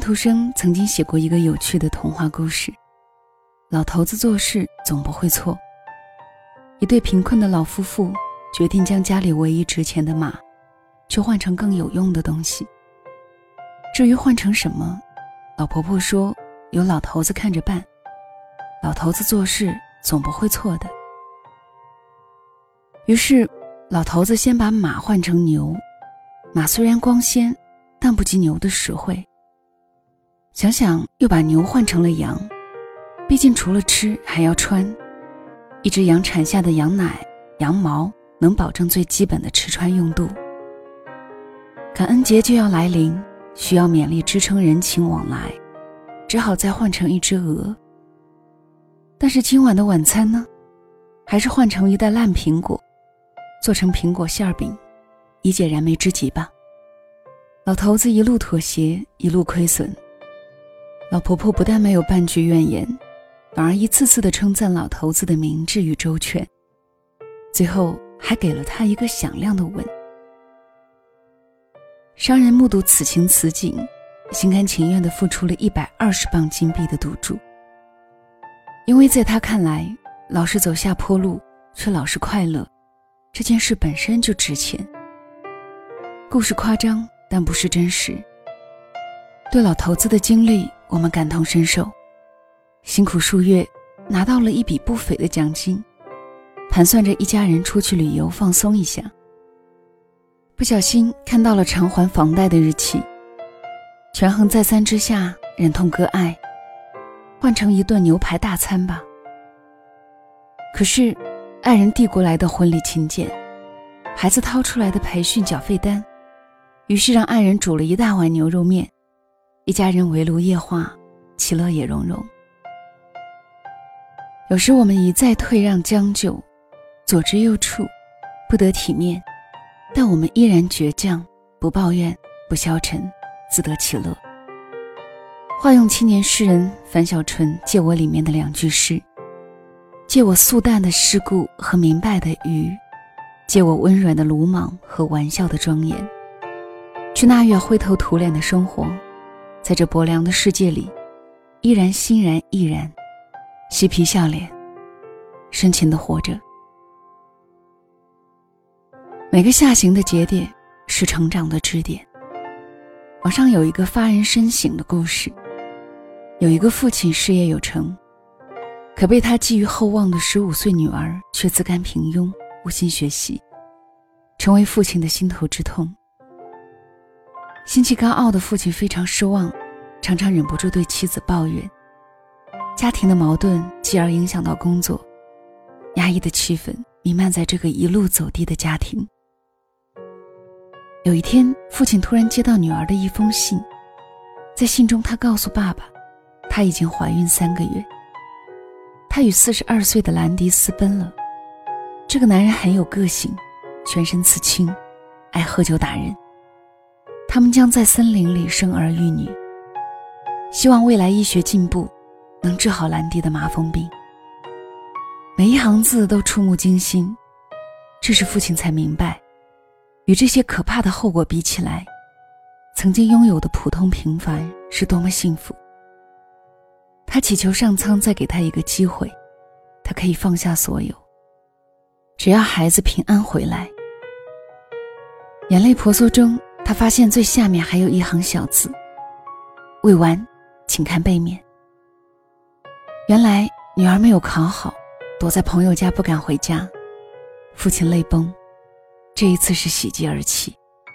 徒生曾经写过一个有趣的童话故事，老头子做事总不会错。一对贫困的老夫妇决定将家里唯一值钱的马去换成更有用的东西。至于换成什么，老婆婆说由老头子看着办，老头子做事总不会错的。于是老头子先把马换成牛，马虽然光鲜，但不及牛的实惠。想想又把牛换成了羊，毕竟除了吃还要穿，一只羊产下的羊奶、羊毛能保证最基本的吃穿用度。感恩节就要来临，需要勉力支撑人情往来，只好再换成一只鹅。但是今晚的晚餐呢，还是换成一袋烂苹果，做成苹果馅饼，以解燃眉之急吧。老头子一路妥协，一路亏损。老婆婆不但没有半句怨言，反而一次次地称赞老头子的明智与周全，最后还给了他一个响亮的吻。商人目睹此情此景，心甘情愿地付出了120磅金币的赌注，因为在他看来，老是走下坡路却老是快乐，这件事本身就值钱。故事夸张，但不是真实。对老头子的经历我们感同身受，辛苦数月拿到了一笔不菲的奖金，盘算着一家人出去旅游放松一下。不小心看到了偿还房贷的日期，权衡再三之下，忍痛割爱，换成一顿牛排大餐吧。可是爱人递过来的婚礼请柬，孩子掏出来的培训缴费单，于是让爱人煮了一大碗牛肉面，一家人围炉夜话，其乐也融融。有时我们一再退让将就，左支右绌，不得体面，但我们依然倔强，不抱怨，不消沉，自得其乐。化用青年诗人樊小纯《借我》里面的2句诗：借我素淡的世故和明白的愚，借我温软的鲁莽和玩笑的庄严，去那月灰头土脸的生活，在这薄凉的世界里，依然欣然毅然，嬉皮笑脸，深情地活着。每个下行的节点是成长的支点。网上有一个发人深省的故事，有一个父亲事业有成，可被他寄予厚望的15岁女儿却自甘平庸，无心学习，成为父亲的心头之痛。心气高傲的父亲非常失望，常常忍不住对妻子抱怨，家庭的矛盾继而影响到工作，压抑的气氛弥漫在这个一路走低的家庭。有一天，父亲突然接到女儿的一封信，在信中他告诉爸爸，她已经怀孕3个月，她与42岁的兰迪私奔了。这个男人很有个性，全身刺青，爱喝酒打人。他们将在森林里生儿育女，希望未来医学进步能治好兰迪的麻风病。每一行字都触目惊心，这时父亲才明白，与这些可怕的后果比起来，曾经拥有的普通平凡是多么幸福。他祈求上苍再给他一个机会，他可以放下所有，只要孩子平安回来。眼泪婆娑中，他发现最下面还有一行小字：未完，请看背面。原来女儿没有考好，躲在朋友家不敢回家，父亲泪崩，这一次是喜极而泣。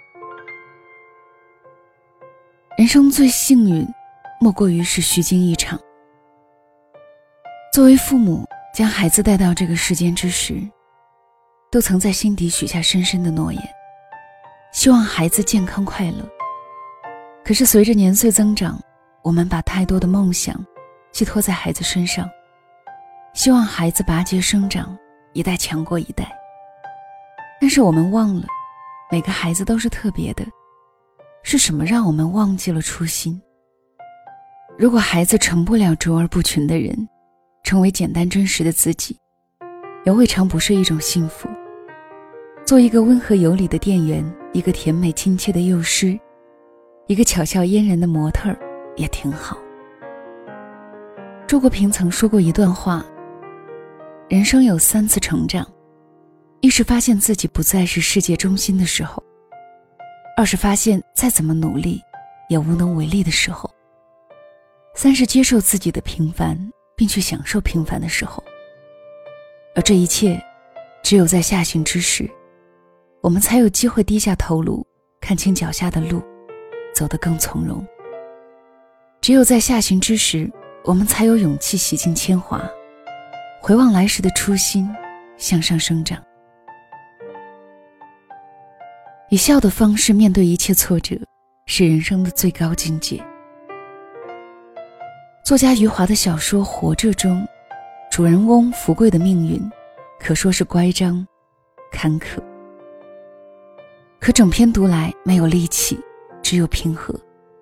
人生最幸运，莫过于是虚惊一场。作为父母，将孩子带到这个世间之时，都曾在心底许下深深的诺言，希望孩子健康快乐。可是随着年岁增长，我们把太多的梦想寄托在孩子身上，希望孩子拔节生长，一代强过一代。但是我们忘了，每个孩子都是特别的，是什么让我们忘记了初心？如果孩子成不了卓而不群的人，成为简单真实的自己，也未尝不是一种幸福。做一个温和有礼的店员，一个甜美亲切的幼师，一个巧笑嫣然的模特儿， 也挺好。周国平曾说过一段话，人生有3次成长，一是发现自己不再是世界中心的时候，二是发现再怎么努力也无能为力的时候，三是接受自己的平凡并去享受平凡的时候。而这一切只有在下行之时，我们才有机会低下头颅，看清脚下的路，走得更从容。只有在下行之时，我们才有勇气洗尽铅华，回望来时的初心，向上生长。以笑的方式面对一切挫折，是人生的最高境界。作家余华的小说《活着》中，主人翁福贵的命运可说是乖张坎坷，可整篇读来没有戾气，只有平和。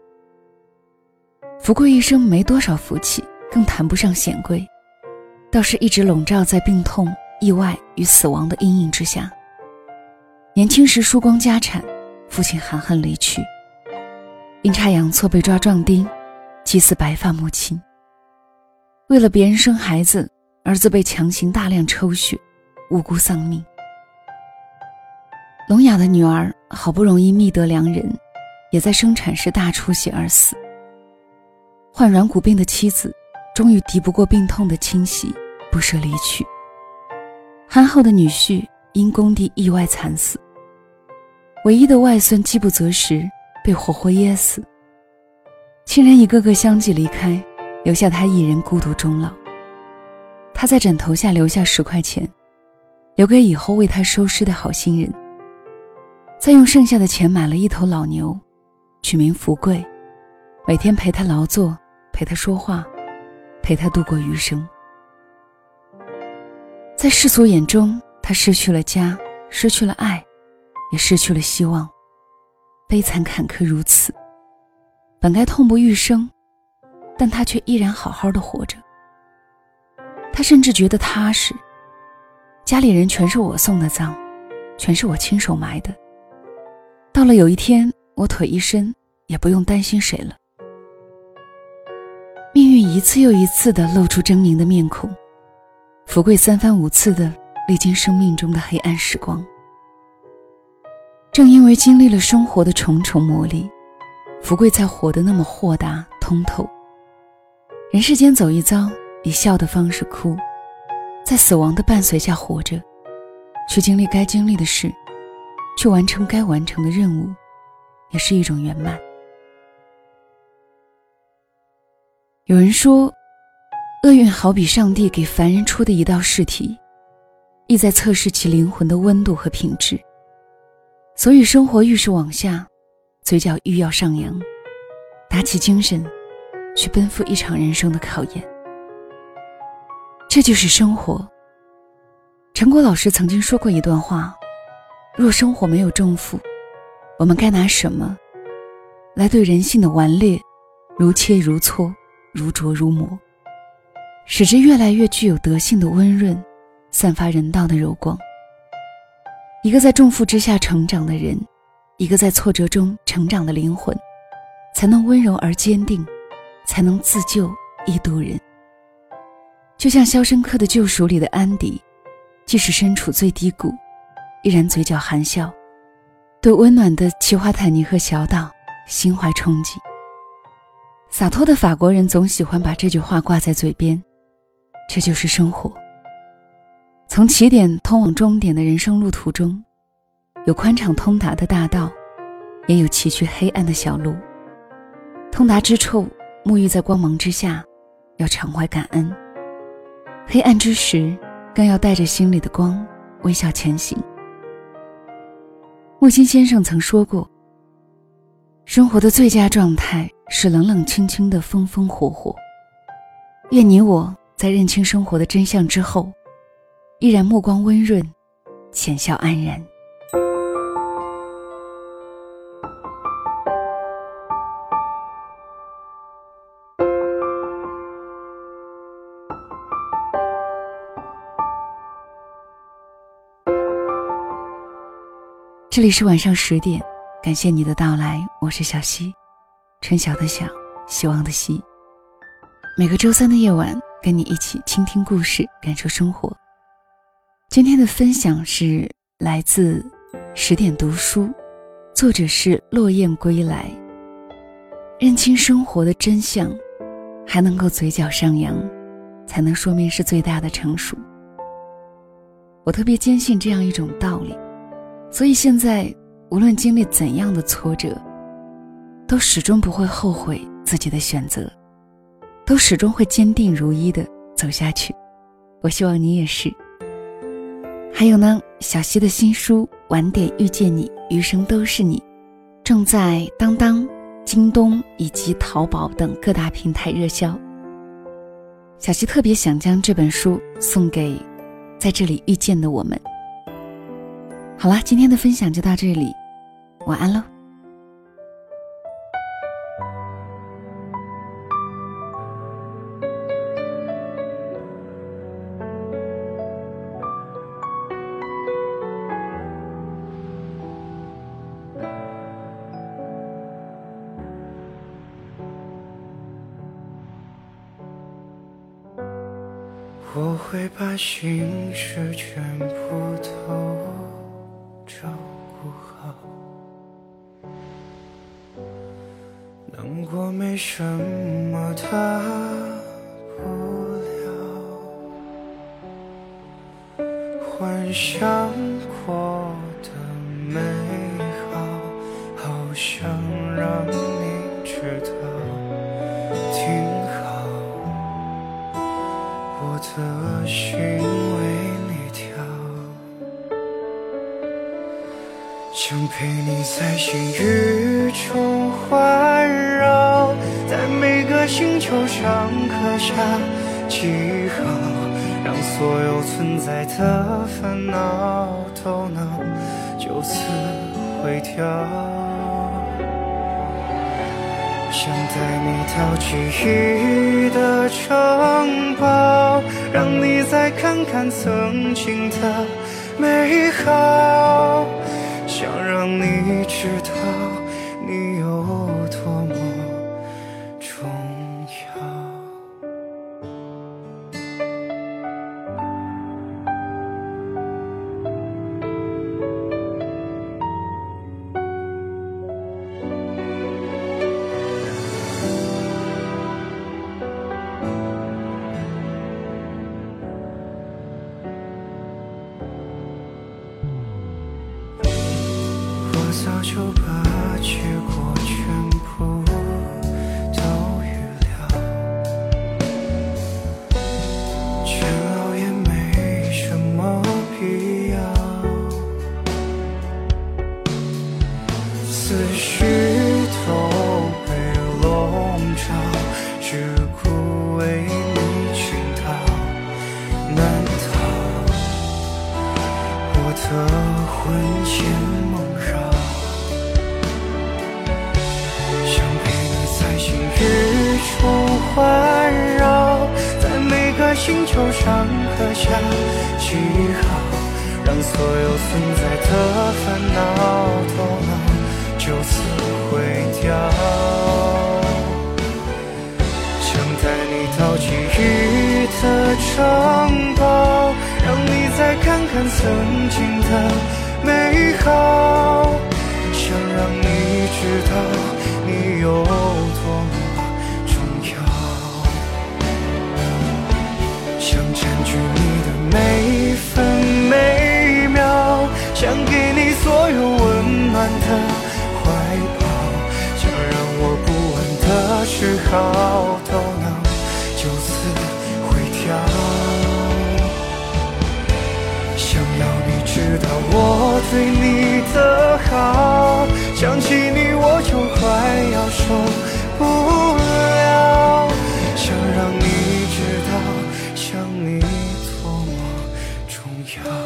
福贵一生没多少福气，更谈不上显贵，倒是一直笼罩在病痛、意外与死亡的阴影之下。年轻时输光家产，父亲含恨离去，阴差阳错被抓壮丁，祭祀白发母亲。为了别人生孩子，儿子被强行大量抽血，无辜丧命。聋哑的女儿好不容易觅得良人，也在生产时大出血而死。患软骨病的妻子终于敌不过病痛的侵袭，不舍离去。憨厚的女婿因工地意外惨死，唯一的外孙饥不择食，被活活噎死。亲人一个个相继离开，留下他一人孤独终老。他在枕头下留下10块钱，留给以后为他收尸的好心人，再用剩下的钱买了一头老牛，取名福贵，每天陪他劳作，陪他说话，陪他度过余生。在世俗眼中，他失去了家，失去了爱，也失去了希望，悲惨坎坷如此，本该痛不欲生，但他却依然好好的活着。他甚至觉得踏实，家里人全是我送的葬，全是我亲手埋的，到了有一天我腿一伸，也不用担心谁了。命运一次又一次地露出狰狞的面孔，福贵3番5次地历经生命中的黑暗时光。正因为经历了生活的重重磨砺，福贵才活得那么豁达通透。人世间走一遭，以笑的方式哭，在死亡的伴随下活着，去经历该经历的事，去完成该完成的任务，也是一种圆满。有人说，厄运好比上帝给凡人出的一道试题，意在测试其灵魂的温度和品质。所以生活愈是往下，嘴角愈要上扬，打起精神去奔赴一场人生的考验。这就是生活。陈果老师曾经说过一段话，若生活没有重负，我们该拿什么来对人性的顽劣如切如磋，如琢如磨，使之越来越具有德性的温润，散发人道的柔光。一个在重负之下成长的人，一个在挫折中成长的灵魂，才能温柔而坚定，才能自救亦度人。就像《肖申克的救赎》里的安迪，即使身处最低谷，依然嘴角含笑，对温暖的奇华坦尼克小岛心怀憧憬。洒脱的法国人总喜欢把这句话挂在嘴边，这就是生活。从起点通往终点的人生路途中，有宽敞通达的大道，也有崎岖黑暗的小路。通达之处，沐浴在光芒之下，要常怀感恩；黑暗之时，更要带着心里的光，微笑前行。木心先生曾说过，生活的最佳状态是冷冷清清的风风火火。愿你我在认清生活的真相之后，依然目光温润，浅笑安然。这里是晚上10点，感谢你的到来，我是小溪，春晓的晓， 希望的希。每个周三的夜晚，跟你一起倾听故事，感受生活。今天的分享是来自10点读书，作者是落雁归来。认清生活的真相，还能够嘴角上扬，才能说明是最大的成熟。我特别坚信这样一种道理，所以现在无论经历怎样的挫折，都始终不会后悔自己的选择，都始终会坚定如一地走下去。我希望你也是。还有呢，小溪的新书《晚点遇见你，余生都是你》正在当当、京东以及淘宝等各大平台热销。小溪特别想将这本书送给在这里遇见的我们。好啦，今天的分享就到这里，晚安喽。 我会把心事全部都照顾好，难过没什么大不了，幻想过的美好，好想让你知道，挺好，我的心为你跳，想陪你在星宇中环绕，在每个星球上刻下记号，让所有存在的烦恼都能就此毁掉。想带你到记忆的城堡，让你再看看曾经的美好，想让你知道你有多么重要。早就把结果全部都预料，煎熬也没什么必要，思绪都被笼罩，只顾为你倾倒，难逃我的魂牵梦绕。宇宙环绕，在每个星球上刻下记号，让所有存在的烦恼都能就此毁掉。想带你到记忆的城堡，让你再看看曾经的美好，想让你知道你有多么占据你的每分每秒，想给你所有温暖的怀抱，想让我不安的嗜好都能就此毁掉，想要你知道我对你的好，想起你我就快要受不了，想让你知道想你多么重要。